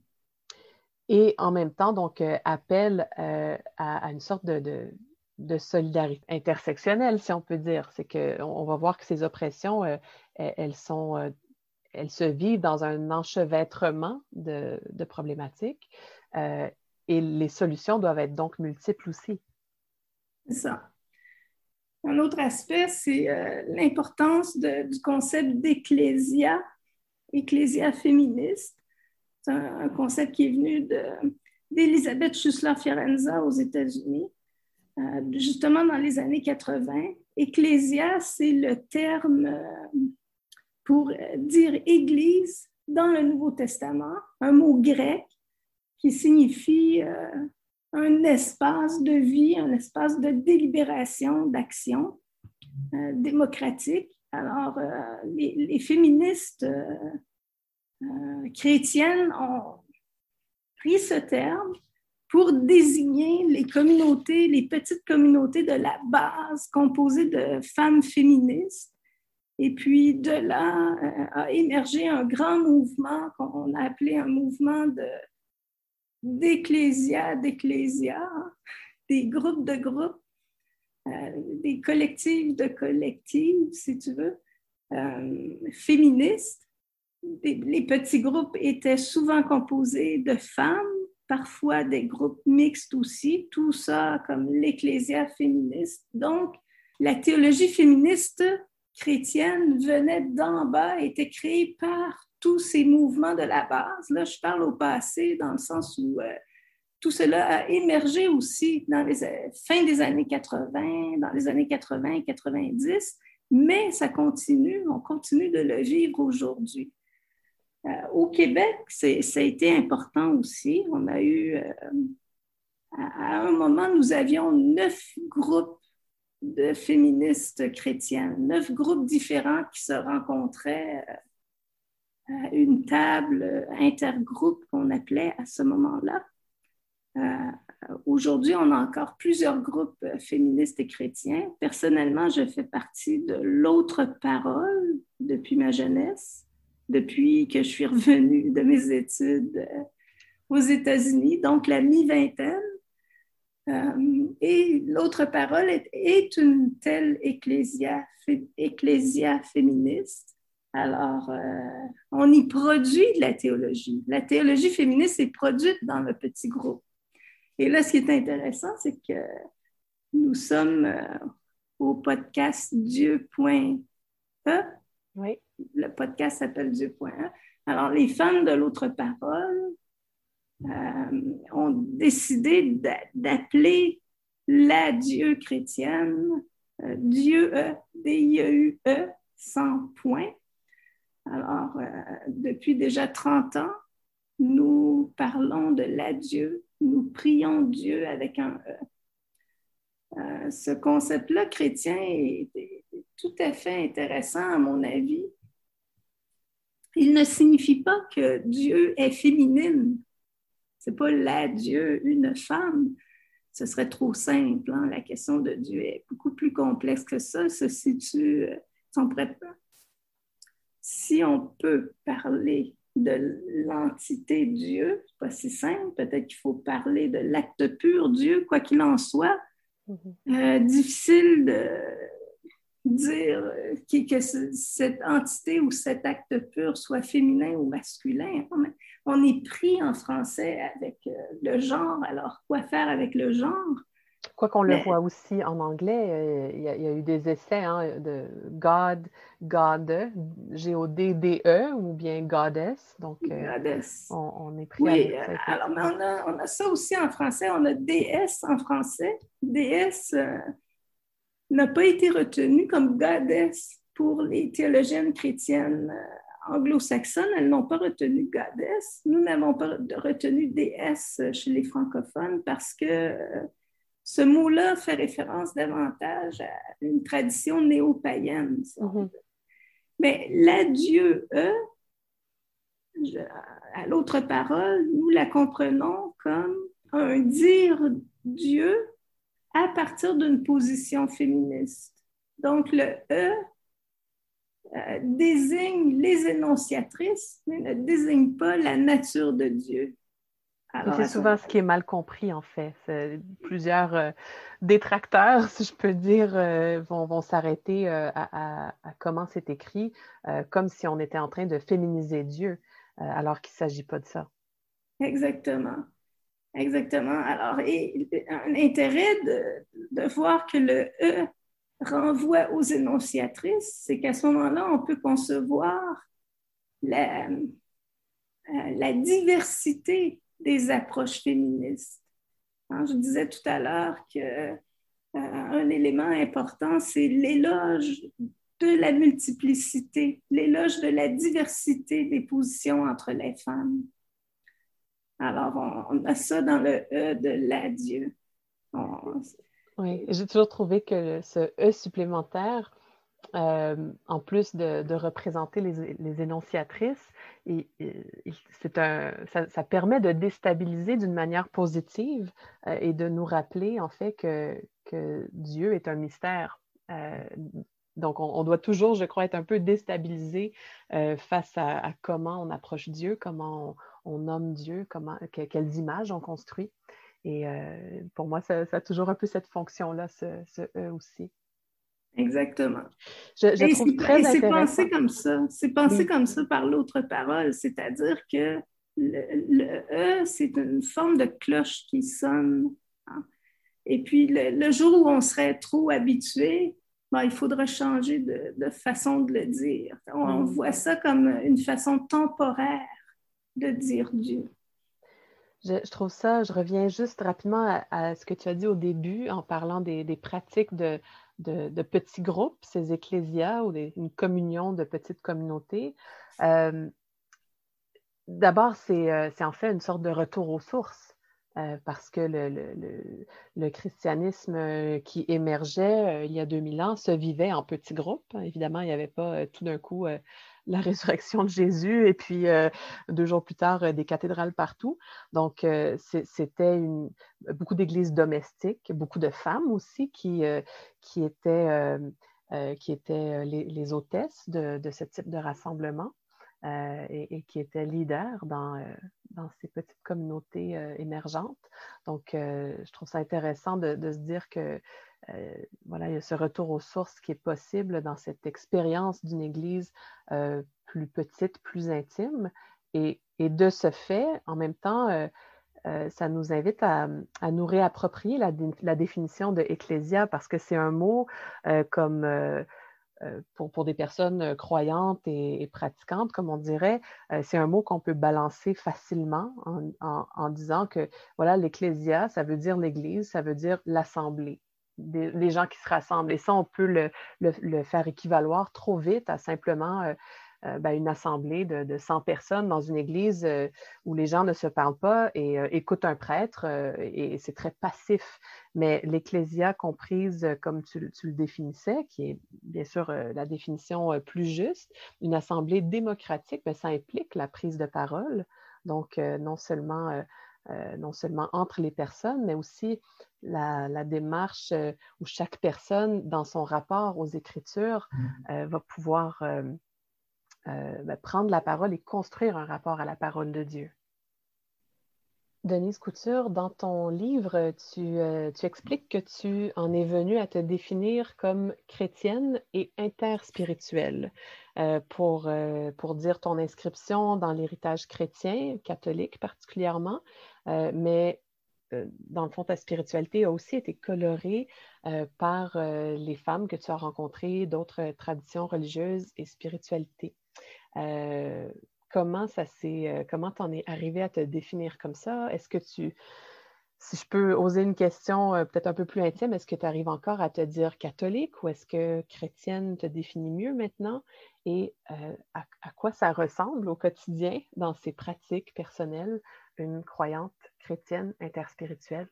et en même temps, donc, euh, appelle euh, à, à une sorte de, de, de solidarité intersectionnelle, si on peut dire. C'est qu'on on va voir que ces oppressions, euh, elles sont... Euh, elles se vivent dans un enchevêtrement de, de problématiques euh, et les solutions doivent être donc multiples aussi. C'est ça. Un autre aspect, c'est euh, l'importance de, du concept d'ecclésia, ecclésia féministe. C'est un, un concept qui est venu de, d'Elisabeth Schussler-Fiorenza aux États-Unis, euh, justement dans les années quatre-vingt. Ecclésia, c'est le terme... Euh, pour dire Église dans le Nouveau Testament, un mot grec qui signifie euh, un espace de vie, un espace de délibération, d'action euh, démocratique. Alors, euh, les, les féministes euh, euh, chrétiennes ont pris ce terme pour désigner les communautés, les petites communautés de la base composées de femmes féministes. Et puis, de là, euh, a émergé un grand mouvement qu'on a appelé un mouvement de, d'ecclésia, d'ecclésia, hein, des groupes de groupes euh, des collectifs de collectives, si tu veux, euh, féministes. Des, les petits groupes étaient souvent composés de femmes, parfois des groupes mixtes aussi, tout ça comme l'Ecclésia féministe. Donc, la théologie féministe chrétienne venait d'en bas, était créée par tous ces mouvements de la base. Là, je parle au passé dans le sens où euh, tout cela a émergé aussi dans les euh, fin des années quatre-vingts, dans les années quatre-vingts quatre-vingt-dix, mais ça continue, on continue de le vivre aujourd'hui. Euh, au Québec, c'est, ça a été important aussi. On a eu, euh, à, à un moment, nous avions neuf groupes de féministes chrétiennes, neuf groupes différents qui se rencontraient à une table intergroupe qu'on appelait à ce moment-là. Euh, aujourd'hui, on a encore plusieurs groupes féministes et chrétiens. Personnellement, je fais partie de l'Autre Parole depuis ma jeunesse, depuis que je suis revenue de mes études aux États-Unis, donc la mi-vingtaine. Euh, et l'Autre Parole est, est une telle ecclésia, fé, ecclésia féministe. Alors, euh, on y produit de la théologie. La théologie féministe est produite dans le petit groupe. Et là, ce qui est intéressant, c'est que nous sommes euh, au podcast Dieu point E. Oui. Le podcast s'appelle Dieu point E. Alors, les fans de l'Autre Parole euh, ont décidé d'appeler la Dieu chrétienne euh, Dieu E, D I E U E, sans point. Alors, euh, depuis déjà trente ans, nous parlons de l'adieu, nous prions Dieu avec un E. Euh, ce concept-là chrétien est, est, est tout à fait intéressant à mon avis. Il ne signifie pas que Dieu est féminine. C'est pas la Dieu, une femme. Ce serait trop simple. Hein? La question de Dieu est beaucoup plus complexe que ça. Se situe, si on pourrait, si on peut parler de l'entité Dieu, c'est pas si simple. Peut-être qu'il faut parler de l'acte pur Dieu, quoi qu'il en soit. Mm-hmm. Euh, difficile de dire que, que ce, cette entité ou cet acte pur soit féminin ou masculin. On, on est pris en français avec euh, le genre. Alors, quoi faire avec le genre? Quoi qu'on le Mais... voit aussi en anglais, il y, il y a eu des essais hein, de God, God, G O D D E ou bien Goddess. Donc, Goddess. Euh, on, on est pris oui, avec ça. Alors, mais on, a, on a ça aussi en français. On a déesse en français. Déesse euh, n'a pas été retenue comme Goddess pour les théologiennes chrétiennes euh, anglo-saxonnes. Elles n'ont pas retenu Goddess. Nous n'avons pas retenu déesse chez les francophones parce que euh, ce mot-là fait référence davantage à une tradition néo-païenne. Si mm-hmm. Mais l'adieu E, je, à l'Autre Parole, nous la comprenons comme un dire Dieu à partir d'une position féministe. Donc, le E euh, désigne les énonciatrices, mais ne désigne pas la nature de Dieu. Alors, c'est souvent ce qui est mal compris, en fait. C'est, plusieurs euh, détracteurs, si je peux dire, euh, vont, vont s'arrêter euh, à, à, à comment c'est écrit, euh, comme si on était en train de féminiser Dieu, euh, alors qu'il ne s'agit pas de ça. Exactement. Exactement. Alors, et, un intérêt de, de voir que le E renvoie aux énonciatrices, c'est qu'à ce moment-là, on peut concevoir la, la diversité des approches féministes. Hein, je disais tout à l'heure qu'un euh, élément important, c'est l'éloge de la multiplicité, l'éloge de la diversité des positions entre les femmes. Alors, on, on a ça dans le E de l'adieu. On... Oui, j'ai toujours trouvé que ce E supplémentaire, euh, en plus de, de représenter les, les énonciatrices, et, et, c'est un, ça, ça permet de déstabiliser d'une manière positive euh, et de nous rappeler en fait que, que Dieu est un mystère. Euh, donc, on, on doit toujours, je crois, être un peu déstabilisé euh, face à, à comment on approche Dieu, comment on, on nomme Dieu, comment, que, quelles images on construit. Et euh, pour moi, ça, ça a toujours un peu cette fonction-là, ce, ce « e » aussi. Exactement. Je, je et trouve c'est, très et c'est intéressant. pensé comme ça. C'est pensé Oui. comme ça par l'autre parole, c'est-à-dire que le, le E, c'est une forme de cloche qui sonne. Hein. Et puis, le, le jour où on serait trop habitué, ben, il faudra changer de, de façon de le dire. On Mm. voit ça comme une façon temporaire de dire Dieu. Je, je trouve ça, je reviens juste rapidement à, à ce que tu as dit au début en parlant des, des pratiques de, de, de petits groupes, ces ecclésias ou des, une communion de petites communautés. Euh, d'abord, c'est, euh, c'est en fait une sorte de retour aux sources. Euh, parce que le, le, le, le christianisme euh, qui émergeait euh, il y a deux mille ans se vivait en petits groupes. Évidemment, il n'y avait pas euh, tout d'un coup euh, la résurrection de Jésus et puis euh, deux jours plus tard euh, des cathédrales partout. Donc, euh, c'est, c'était une, beaucoup d'églises domestiques, beaucoup de femmes aussi qui, euh, qui étaient, euh, euh, qui étaient les, les hôtesses de, de ce type de rassemblement. Euh, et, et qui étaient leaders dans, euh, dans ces petites communautés euh, émergentes. Donc, euh, je trouve ça intéressant de, de se dire que euh, voilà, il y a ce retour aux sources qui est possible dans cette expérience d'une Église euh, plus petite, plus intime. Et, et de ce fait, en même temps, euh, euh, ça nous invite à, à nous réapproprier la, la définition de ecclésia parce que c'est un mot euh, comme... Euh, Pour, pour des personnes croyantes et, et pratiquantes, comme on dirait, euh, c'est un mot qu'on peut balancer facilement en, en, en disant que, voilà, l'ecclésia, ça veut dire l'Église, ça veut dire l'assemblée, des, les gens qui se rassemblent. Et ça, on peut le, le, le faire équivaloir trop vite à simplement euh, euh, ben, une assemblée de, de cent personnes dans une église euh, où les gens ne se parlent pas et euh, écoutent un prêtre, euh, et c'est très passif. Mais l'ecclésia comprise, comme tu, tu le définissais, qui est bien sûr euh, la définition euh, plus juste, une assemblée démocratique, mais ça implique la prise de parole. Donc, euh, non seulement... Euh, Euh, non seulement entre les personnes, mais aussi la, la démarche euh, où chaque personne, dans son rapport aux Écritures, euh, va pouvoir euh, euh, ben, prendre la parole et construire un rapport à la parole de Dieu. Denise Couture, dans ton livre, tu, euh, tu expliques que tu en es venue à te définir comme chrétienne et interspirituelle euh, pour, euh, pour dire ton inscription dans l'héritage chrétien, catholique particulièrement, euh, mais euh, dans le fond, ta spiritualité a aussi été colorée euh, par euh, les femmes que tu as rencontrées, d'autres traditions religieuses et spiritualités. Euh, Comment ça s'est, comment t'en es arrivé à te définir comme ça? Est-ce que tu, si je peux oser une question euh, peut-être un peu plus intime, est-ce que tu arrives encore à te dire catholique ou est-ce que chrétienne te définit mieux maintenant? Et euh, à, à quoi ça ressemble au quotidien dans ses pratiques personnelles, une croyante chrétienne interspirituelle?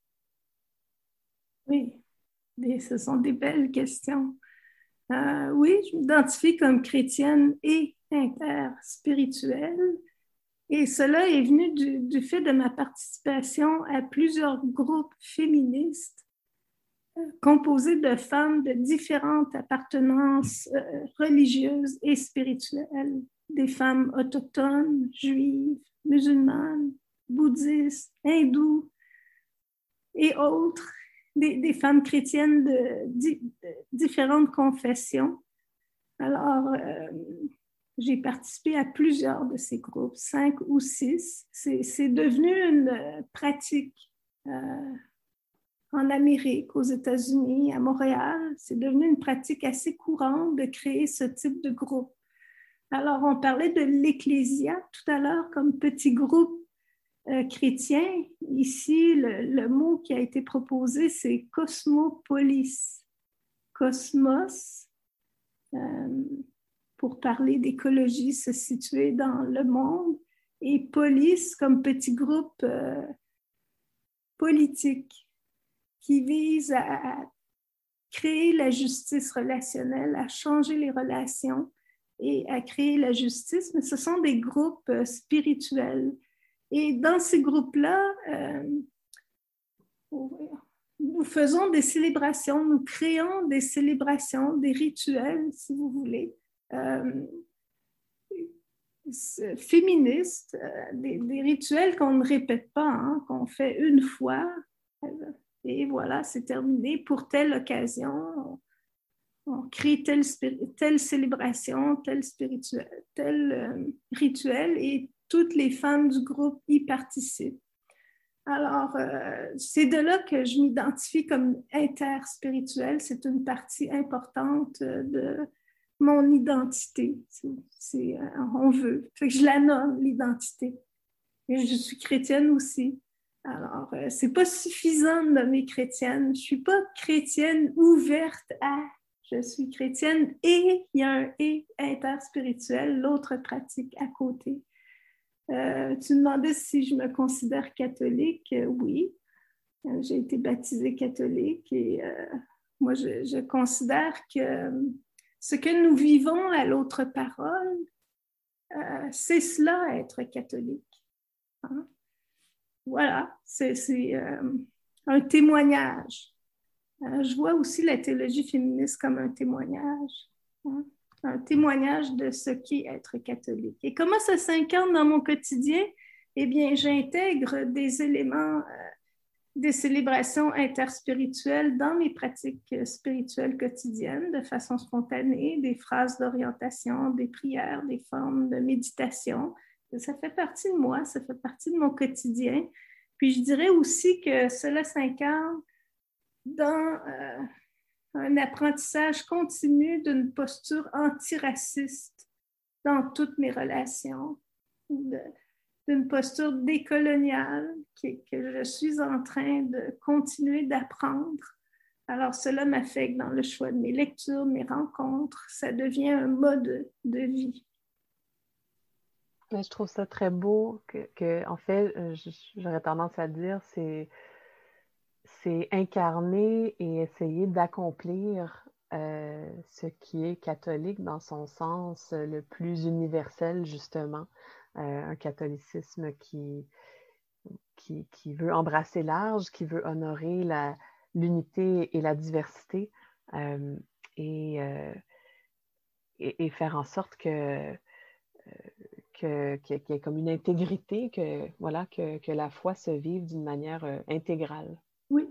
Oui, et ce sont des belles questions. Euh, oui, je m'identifie comme chrétienne et interspirituelle. Et cela est venu du, du fait de ma participation à plusieurs groupes féministes euh, composés de femmes de différentes appartenances euh, religieuses et spirituelles, des femmes autochtones, juives, musulmanes, bouddhistes, hindous et autres, des, des femmes chrétiennes de, de, de différentes confessions. Alors, euh, j'ai participé à plusieurs de ces groupes, cinq ou six. C'est, c'est devenu une pratique euh, en Amérique, aux États-Unis, à Montréal. C'est devenu une pratique assez courante de créer ce type de groupe. Alors, on parlait de l'ecclésia tout à l'heure comme petit groupe euh, chrétien. Ici, le, le mot qui a été proposé, c'est cosmopolis. Cosmos, euh, pour parler d'écologie, se situer dans le monde, et polis comme petit groupe euh, politique qui vise à, à créer la justice relationnelle, à changer les relations et à créer la justice, mais ce sont des groupes euh, spirituels. Et dans ces groupes-là, euh, nous faisons des célébrations, nous créons des célébrations, des rituels, si vous voulez. Euh, féministes, euh, des, des rituels qu'on ne répète pas, hein, qu'on fait une fois, et voilà, c'est terminé pour telle occasion. On, on crée telle, telle célébration, tel, spirituel, tel euh, rituel, et toutes les femmes du groupe y participent. Alors, euh, c'est de là que je m'identifie comme interspirituelle. C'est une partie importante de mon identité. C'est, c'est, on veut. Fait que je la nomme, l'identité. Et je suis chrétienne aussi. Alors, euh, c'est pas suffisant de nommer chrétienne. Je suis pas chrétienne ouverte à. Je suis chrétienne et il y a un et interspirituel, l'autre pratique à côté. Euh, tu me demandais si je me considère catholique. Euh, oui, euh, j'ai été baptisée catholique et euh, moi, je, je considère que euh, ce que nous vivons à l'autre parole, euh, c'est cela, être catholique. Hein? Voilà, c'est, c'est euh, un témoignage. Euh, je vois aussi la théologie féministe comme un témoignage. Hein? Un témoignage de ce qu'est être catholique. Et comment ça s'incarne dans mon quotidien? Eh bien, j'intègre des éléments, euh, des célébrations interspirituelles dans mes pratiques spirituelles quotidiennes de façon spontanée, des phrases d'orientation, des prières, des formes de méditation. Ça fait partie de moi, ça fait partie de mon quotidien. Puis je dirais aussi que cela s'incarne dans... Euh, un apprentissage continu d'une posture antiraciste dans toutes mes relations, de, d'une posture décoloniale que, que je suis en train de continuer d'apprendre. Alors, cela m'affecte dans le choix de mes lectures, mes rencontres. Ça devient un mode de vie. Mais je trouve ça très beau que, que en fait, j'aurais tendance à dire, c'est c'est incarner et essayer d'accomplir euh, ce qui est catholique dans son sens le plus universel, justement. Euh, un catholicisme qui, qui, qui veut embrasser large, qui veut honorer la, l'unité et la diversité euh, et, euh, et, et faire en sorte que, euh, que, que, qu'il y ait comme une intégrité, que, voilà, que, que la foi se vive d'une manière euh, intégrale. Oui.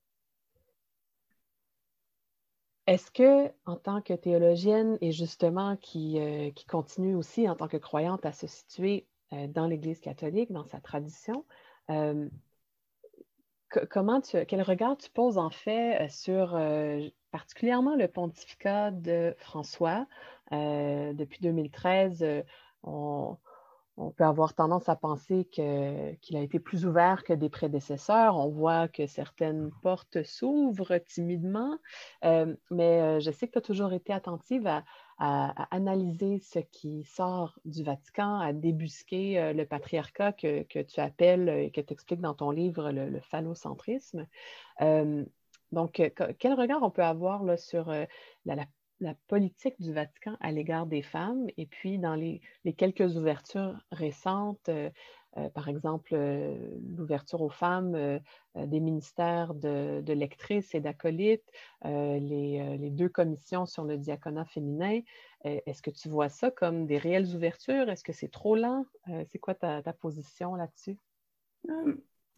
Est-ce que, en tant que théologienne et justement qui, euh, qui continue aussi en tant que croyante à se situer euh, dans l'Église catholique, dans sa tradition, euh, que, comment tu, quel regard tu poses en fait sur euh, particulièrement le pontificat de François? Euh, depuis deux mille treize, euh, on... On peut avoir tendance à penser que, qu'il a été plus ouvert que des prédécesseurs. On voit que certaines portes s'ouvrent timidement, euh, mais euh, je sais que tu as toujours été attentive à, à, à analyser ce qui sort du Vatican, à débusquer euh, le patriarcat que, que tu appelles et que tu expliques dans ton livre, le, le phallocentrisme. Euh, donc, quel regard on peut avoir là, sur euh, la, la la politique du Vatican à l'égard des femmes et puis dans les, les quelques ouvertures récentes, euh, euh, par exemple euh, l'ouverture aux femmes euh, des ministères de, de lectrices et d'acolytes, euh, les, euh, les deux commissions sur le diaconat féminin. Euh, est-ce que tu vois ça comme des réelles ouvertures? Est-ce que c'est trop lent? Euh, c'est quoi ta, ta position là-dessus? Euh,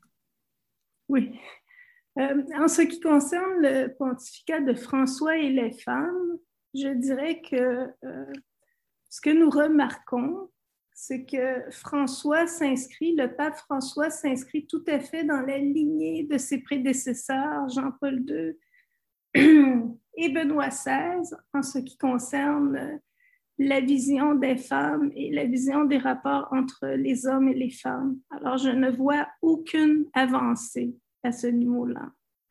oui. Euh, en ce qui concerne le pontificat de François et les femmes, je dirais que euh, ce que nous remarquons, c'est que François s'inscrit, le pape François s'inscrit tout à fait dans la lignée de ses prédécesseurs, Jean-Paul deux et Benoît seize, en ce qui concerne la vision des femmes et la vision des rapports entre les hommes et les femmes. Alors, je ne vois aucune avancée à ce niveau-là.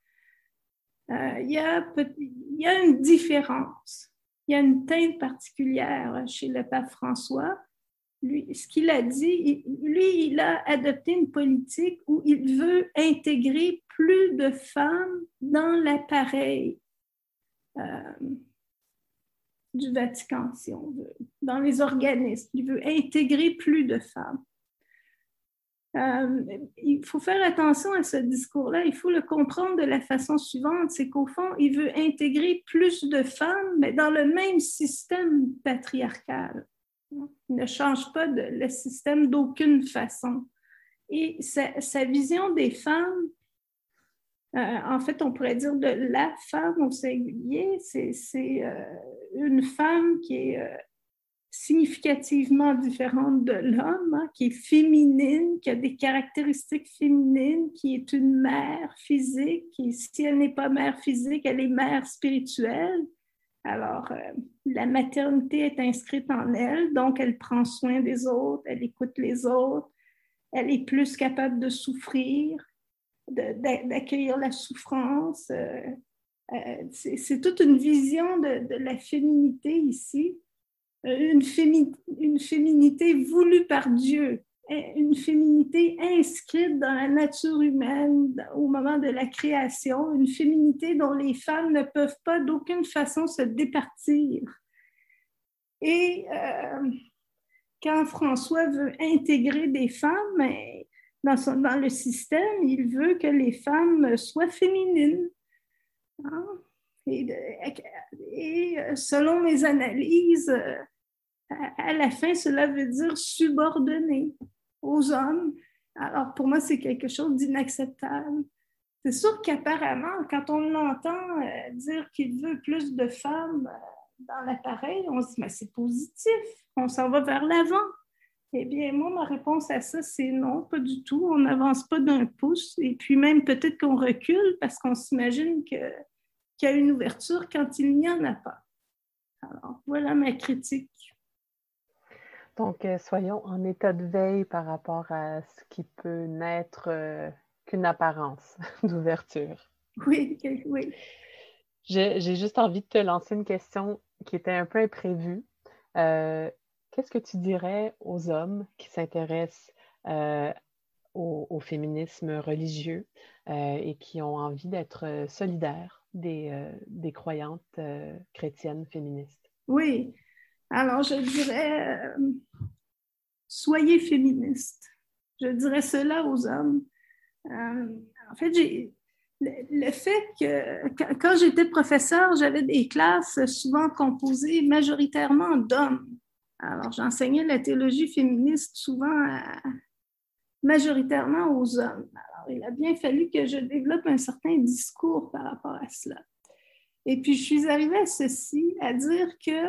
Euh, il y a, il y a une différence. Il y a une teinte particulière chez le pape François. Lui, ce qu'il a dit, lui, il a adopté une politique où il veut intégrer plus de femmes dans l'appareil euh, du Vatican, si on veut, dans les organismes. Il veut intégrer plus de femmes. Euh, il faut faire attention à ce discours-là. Il faut le comprendre de la façon suivante, c'est qu'au fond, il veut intégrer plus de femmes, mais dans le même système patriarcal. Il ne change pas de, le système d'aucune façon. Et sa, sa vision des femmes, euh, en fait, on pourrait dire de la femme au singulier, c'est, c'est euh, une femme qui est euh, significativement différente de l'homme, hein, qui est féminine, qui a des caractéristiques féminines, qui est une mère physique, et si elle n'est pas mère physique, elle est mère spirituelle. Alors, euh, la maternité est inscrite en elle, donc elle prend soin des autres, elle écoute les autres, elle est plus capable de souffrir, de, d'accueillir la souffrance. Euh, euh, c'est, c'est toute une vision de, de la féminité ici, une, fémi, une féminité voulue par Dieu, une féminité inscrite dans la nature humaine au moment de la création, une féminité dont les femmes ne peuvent pas d'aucune façon se départir. Et euh, quand François veut intégrer des femmes dans, son, dans le système, il veut que les femmes soient féminines. Hein? Et, et selon mes analyses, à la fin, cela veut dire subordonner aux hommes. Alors, pour moi, c'est quelque chose d'inacceptable. C'est sûr qu'apparemment, quand on l'entend euh, dire qu'il veut plus de femmes euh, dans l'appareil, on se dit, mais c'est positif, on s'en va vers l'avant. Eh bien, moi, ma réponse à ça, c'est non, pas du tout. On n'avance pas d'un pouce. Et puis même, peut-être qu'on recule parce qu'on s'imagine que, qu'il y a une ouverture quand il n'y en a pas. Alors, voilà ma critique. Donc, euh, soyons en état de veille par rapport à ce qui peut n'être euh, qu'une apparence d'ouverture. Oui, oui. J'ai, j'ai juste envie de te lancer une question qui était un peu imprévue. Euh, qu'est-ce que tu dirais aux hommes qui s'intéressent euh, au, au féminisme religieux euh, et qui ont envie d'être solidaires des, euh, des croyantes euh, chrétiennes féministes? Oui. Alors, je dirais, euh, soyez féministes. Je dirais cela aux hommes. Euh, en fait, j'ai, le, le fait que quand, quand j'étais professeure, j'avais des classes souvent composées majoritairement d'hommes. Alors, j'enseignais la théologie féministe souvent à, majoritairement aux hommes. Alors, il a bien fallu que je développe un certain discours par rapport à cela. Et puis, je suis arrivée à ceci, à dire que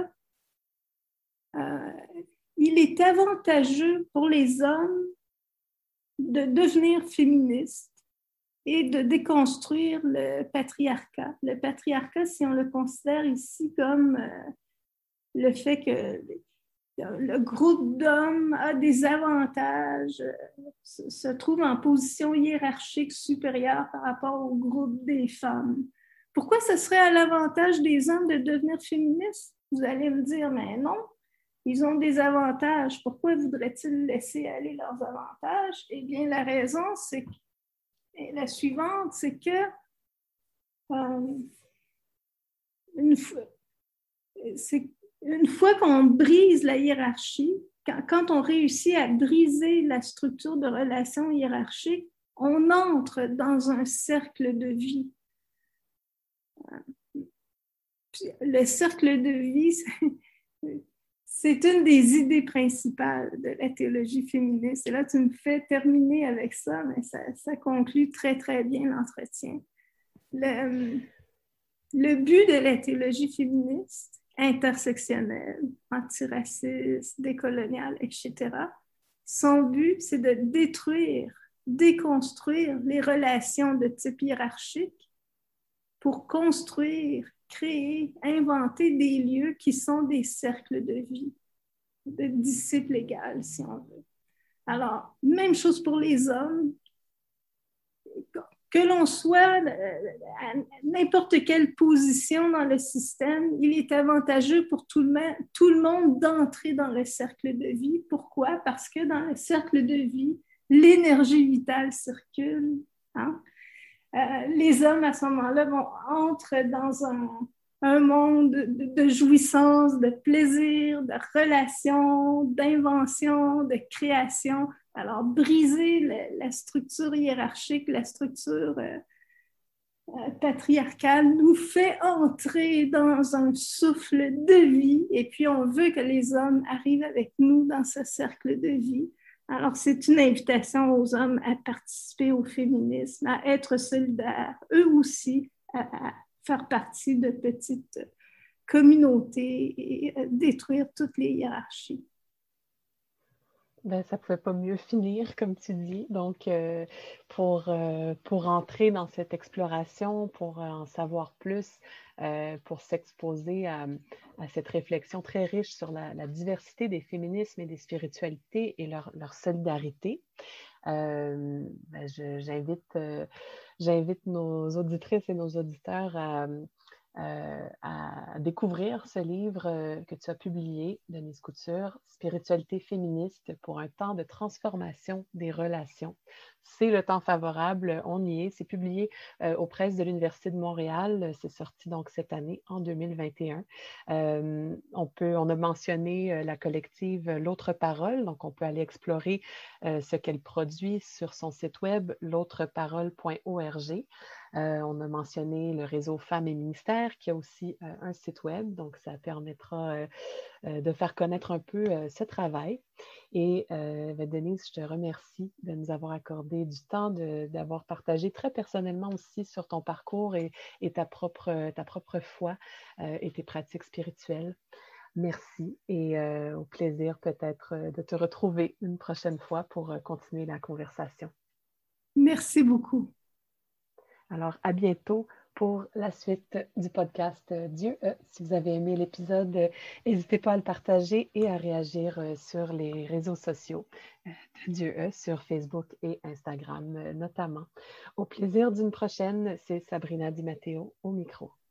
Euh, il est avantageux pour les hommes de devenir féministes et de déconstruire le patriarcat. Le patriarcat, si on le considère ici comme euh, le fait que le groupe d'hommes a des avantages, euh, se, se trouve en position hiérarchique supérieure par rapport au groupe des femmes. Pourquoi ce serait à l'avantage des hommes de devenir féministes? Vous allez me dire, mais non. Ils ont des avantages. Pourquoi voudraient-ils laisser aller leurs avantages? Eh bien, la raison, c'est que, la suivante, c'est que euh, une, fois, c'est, une fois qu'on brise la hiérarchie, quand, quand on réussit à briser la structure de relations hiérarchiques, on entre dans un cercle de vie. Puis, le cercle de vie, c'est... C'est une des idées principales de la théologie féministe. Et là, tu me fais terminer avec ça, mais ça, ça conclut très, très bien l'entretien. Le, le but de la théologie féministe, intersectionnelle, antiraciste, décoloniale, et cetera, son but, c'est de détruire, déconstruire les relations de type hiérarchique pour construire, créer, inventer des lieux qui sont des cercles de vie, de disciples égales, si on veut. Alors, même chose pour les hommes. Que l'on soit à n'importe quelle position dans le système, il est avantageux pour tout le, monde, tout le monde d'entrer dans le cercle de vie. Pourquoi? Parce que dans le cercle de vie, l'énergie vitale circule. Hein? Euh, les hommes, à ce moment-là, vont entrent dans un, un monde de, de jouissance, de plaisir, de relation, d'invention, de création. Alors, briser la, la structure hiérarchique, la structure euh, euh, patriarcale nous fait entrer dans un souffle de vie et puis on veut que les hommes arrivent avec nous dans ce cercle de vie. Alors, c'est une invitation aux hommes à participer au féminisme, à être solidaires, eux aussi, à, à faire partie de petites communautés et à détruire toutes les hiérarchies. Ben, ça ne pouvait pas mieux finir, comme tu dis. Donc, euh, pour, euh, pour entrer dans cette exploration, pour en savoir plus, euh, pour s'exposer à, à cette réflexion très riche sur la, la diversité des féminismes et des spiritualités et leur, leur solidarité, euh, ben, je, j'invite, euh, j'invite nos auditrices et nos auditeurs à... Euh, à découvrir ce livre euh, que tu as publié, Denise Couture, Spiritualité féministe pour un temps de transformation des relations. C'est le temps favorable, on y est. C'est publié euh, aux presses de l'Université de Montréal. C'est sorti donc cette année, en deux mille vingt et un. Euh, on, peut, on a mentionné euh, la collective L'Autre Parole, donc on peut aller explorer euh, ce qu'elle produit sur son site web, l'autre parole point org. Euh, on a mentionné le réseau Femmes et Ministères qui a aussi euh, un site web, donc ça permettra euh, euh, de faire connaître un peu euh, ce travail. Et euh, ben Denise, je te remercie de nous avoir accordé du temps, de, d'avoir partagé très personnellement aussi sur ton parcours et, et ta, propre, ta propre foi euh, et tes pratiques spirituelles. Merci et euh, au plaisir peut-être de te retrouver une prochaine fois pour euh, continuer la conversation. Merci beaucoup. Alors, à bientôt pour la suite du podcast Dieu E. Si vous avez aimé l'épisode, n'hésitez pas à le partager et à réagir sur les réseaux sociaux de Dieu E, sur Facebook et Instagram notamment. Au plaisir d'une prochaine, c'est Sabrina Di Matteo au micro.